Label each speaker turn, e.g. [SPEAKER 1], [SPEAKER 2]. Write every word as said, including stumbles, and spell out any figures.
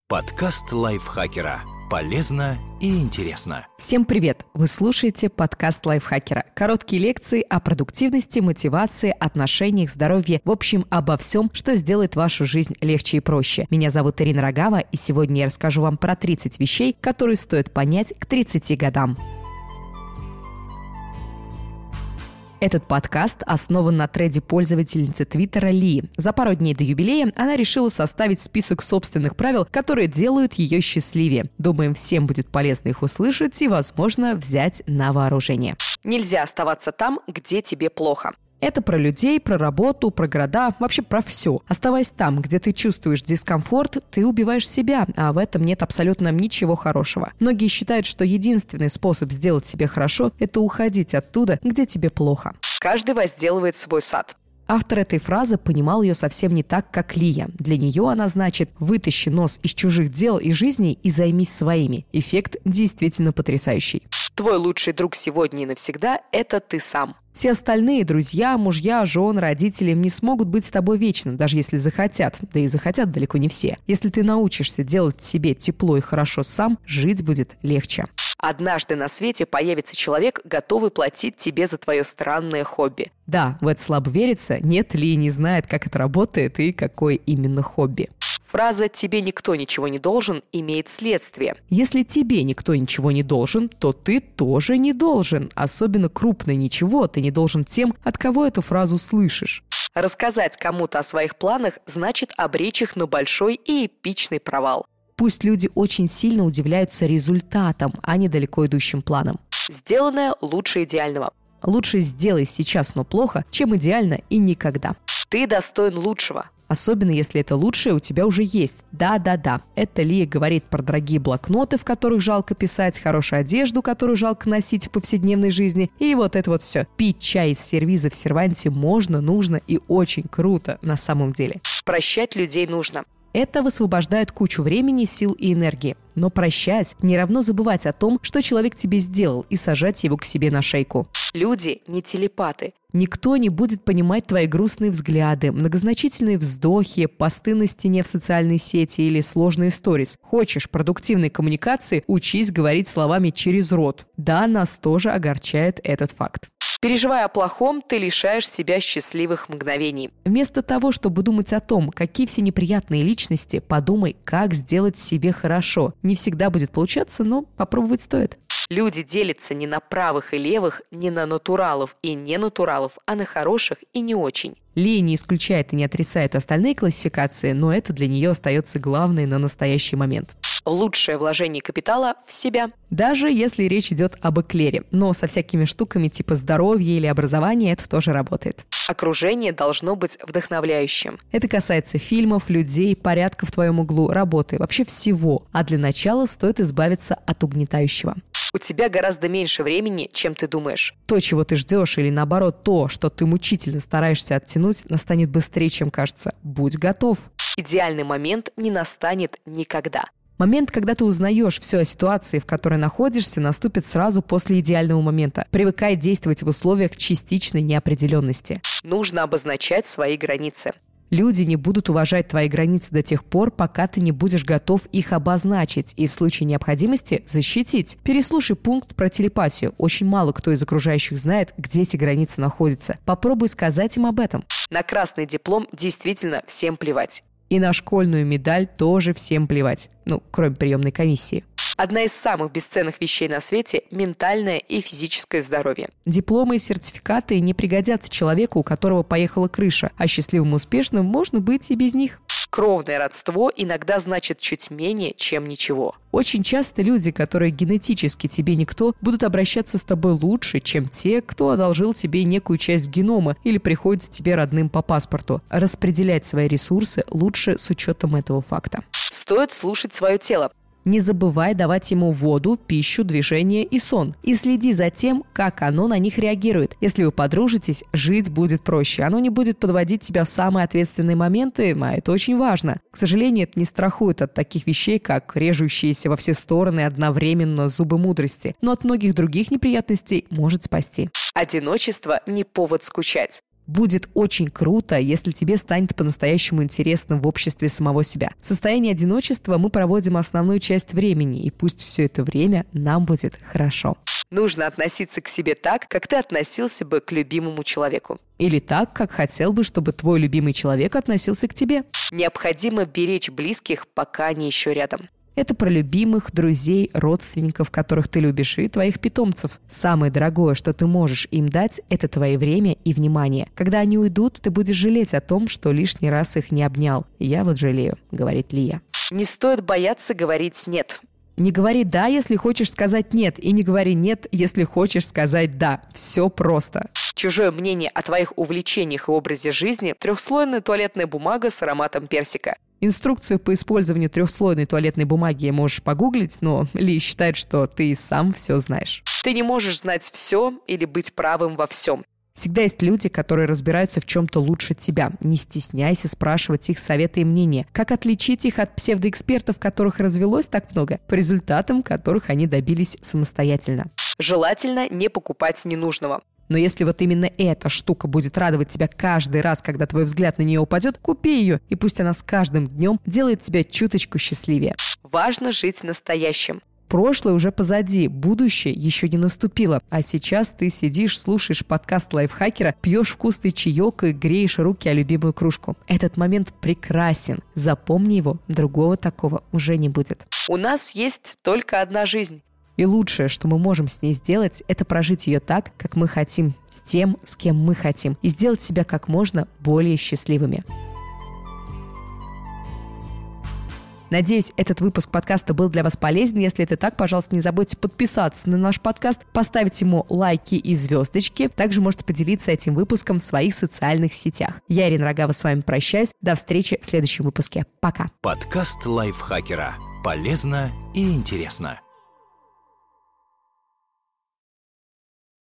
[SPEAKER 1] Подкаст лайфхакера. Полезно и интересно.
[SPEAKER 2] Всем привет! Вы слушаете подкаст лайфхакера. Короткие лекции о продуктивности, мотивации, отношениях, здоровье. В общем, обо всем, что сделает вашу жизнь легче и проще. Меня зовут Ирина Рогава, и сегодня я расскажу вам про тридцать вещей, которые стоит понять к тридцати годам. Этот подкаст основан на треде пользовательницы Твиттера Ли. За пару дней до юбилея она решила составить список собственных правил, которые делают ее счастливее. Думаем, всем будет полезно их услышать и, возможно, взять на вооружение. Нельзя оставаться там, где тебе плохо. Это про людей, про работу, про города, вообще про все. Оставаясь там, где ты чувствуешь дискомфорт, ты убиваешь себя, а в этом нет абсолютно ничего хорошего. Многие считают, что единственный способ сделать себе хорошо – это уходить оттуда, где тебе плохо. Каждый возделывает свой сад. Автор этой фразы понимал ее совсем не так, как Лия. Для нее она значит «вытащи нос из чужих дел и жизней и займись своими». Эффект действительно потрясающий. Твой лучший друг сегодня и навсегда – это ты сам. Все остальные – друзья, мужья, жены, родители – не смогут быть с тобой вечно, даже если захотят. Да и захотят далеко не все. Если ты научишься делать себе тепло и хорошо сам, жить будет легче. Однажды на свете появится человек, готовый платить тебе за твое странное хобби. Да, в это слабо верится, нет, Ли не знает, как это работает и какое именно хобби. Фраза «тебе никто ничего не должен» имеет следствие. Если тебе никто ничего не должен, то ты тоже не должен. Особенно крупное ничего ты не должен тем, от кого эту фразу слышишь. Рассказать кому-то о своих планах значит обречь их на большой и эпичный провал. Пусть люди очень сильно удивляются результатам, а не далеко идущим планам. Сделанное лучше идеального. Лучше сделай сейчас, но плохо, чем идеально и никогда. Ты достоин лучшего. Особенно, если это лучшее у тебя уже есть. Да-да-да. Это Лия говорит про дорогие блокноты, в которых жалко писать, хорошую одежду, которую жалко носить в повседневной жизни. И вот это вот все. Пить чай из сервиза в серванте можно, нужно и очень круто на самом деле. Прощать людей нужно. Это высвобождает кучу времени, сил и энергии. Но прощать не равно забывать о том, что человек тебе сделал, и сажать его к себе на шейку. Люди не телепаты. Никто не будет понимать твои грустные взгляды, многозначительные вздохи, посты на стене в социальной сети или сложные сторис. Хочешь продуктивной коммуникации, учись говорить словами через рот. Да, нас тоже огорчает этот факт. Переживая о плохом, ты лишаешь себя счастливых мгновений. Вместо того, чтобы думать о том, какие все неприятные личности, подумай, как сделать себе хорошо. Не всегда будет получаться, но попробовать стоит. Люди делятся не на правых и левых, не на натуралов и ненатуралов, а на хороших и не очень. Лия не исключает и не отрицает остальные классификации, но это для нее остается главной на настоящий момент. Лучшее вложение капитала в себя. Даже если речь идет об эклере, но со всякими штуками типа здоровья или образования это тоже работает. Окружение должно быть вдохновляющим. Это касается фильмов, людей, порядка в твоем углу, работы, вообще всего. А для начала стоит избавиться от угнетающего. У тебя гораздо меньше времени, чем ты думаешь. То, чего ты ждешь, или наоборот то, что ты мучительно стараешься оттянуть, настанет быстрее, чем кажется. Будь готов. Идеальный момент не настанет никогда. Момент, когда ты узнаешь все о ситуации, в которой находишься, наступит сразу после идеального момента. Привыкай действовать в условиях частичной неопределенности. Нужно обозначать свои границы. Люди не будут уважать твои границы до тех пор, пока ты не будешь готов их обозначить и в случае необходимости защитить. Переслушай пункт про телепатию. Очень мало кто из окружающих знает, где эти границы находятся. Попробуй сказать им об этом. На красный диплом действительно всем плевать. И на школьную медаль тоже всем плевать. Ну, кроме приемной комиссии. Одна из самых бесценных вещей на свете – ментальное и физическое здоровье. Дипломы и сертификаты не пригодятся человеку, у которого поехала крыша, а счастливым и успешным можно быть и без них. Кровное родство иногда значит чуть менее, чем ничего. Очень часто люди, которые генетически тебе никто, будут обращаться с тобой лучше, чем те, кто одолжил тебе некую часть генома или приходится тебе родным по паспорту. Распределять свои ресурсы лучше с учетом этого факта. Стоит слушать свое тело. Не забывай давать ему воду, пищу, движение и сон. И следи за тем, как оно на них реагирует. Если вы подружитесь, жить будет проще. Оно не будет подводить тебя в самые ответственные моменты, а это очень важно. К сожалению, это не страхует от таких вещей, как режущиеся во все стороны одновременно зубы мудрости. Но от многих других неприятностей может спасти. Одиночество не повод скучать. Будет очень круто, если тебе станет по-настоящему интересно в обществе самого себя. В состоянии одиночества мы проводим основную часть времени, и пусть все это время нам будет хорошо. Нужно относиться к себе так, как ты относился бы к любимому человеку. Или так, как хотел бы, чтобы твой любимый человек относился к тебе. Необходимо беречь близких, пока они еще рядом. Это про любимых, друзей, родственников, которых ты любишь, и твоих питомцев. Самое дорогое, что ты можешь им дать, это твое время и внимание. Когда они уйдут, ты будешь жалеть о том, что лишний раз их не обнял. Я вот жалею, говорит Лия. Не стоит бояться говорить «нет». Не говори «да», если хочешь сказать «нет», и не говори «нет», если хочешь сказать «да». Все просто. Чужое мнение о твоих увлечениях и образе жизни – трехслойная туалетная бумага с ароматом персика. Инструкцию по использованию трехслойной туалетной бумаги можешь погуглить, но Ли считает, что ты и сам все знаешь. Ты не можешь знать все или быть правым во всем. Всегда есть люди, которые разбираются в чем-то лучше тебя. Не стесняйся спрашивать их советы и мнения. Как отличить их от псевдоэкспертов, которых развелось так много, по результатам которых они добились самостоятельно. Желательно не покупать ненужного. Но если вот именно эта штука будет радовать тебя каждый раз, когда твой взгляд на нее упадет, купи ее, и пусть она с каждым днем делает тебя чуточку счастливее. Важно жить настоящим. Прошлое уже позади, будущее еще не наступило. А сейчас ты сидишь, слушаешь подкаст лайфхакера, пьешь вкусный чаек и греешь руки о любимую кружку. Этот момент прекрасен. Запомни его, другого такого уже не будет. У нас есть только одна жизнь. И лучшее, что мы можем с ней сделать, это прожить ее так, как мы хотим, с тем, с кем мы хотим, и сделать себя как можно более счастливыми. Надеюсь, этот выпуск подкаста был для вас полезен. Если это так, пожалуйста, не забудьте подписаться на наш подкаст, поставить ему лайки и звездочки. Также можете поделиться этим выпуском в своих социальных сетях. Я, Ирина Рогава, с вами прощаюсь. До встречи в следующем выпуске. Пока.
[SPEAKER 1] Подкаст лайфхакера. Полезно и интересно.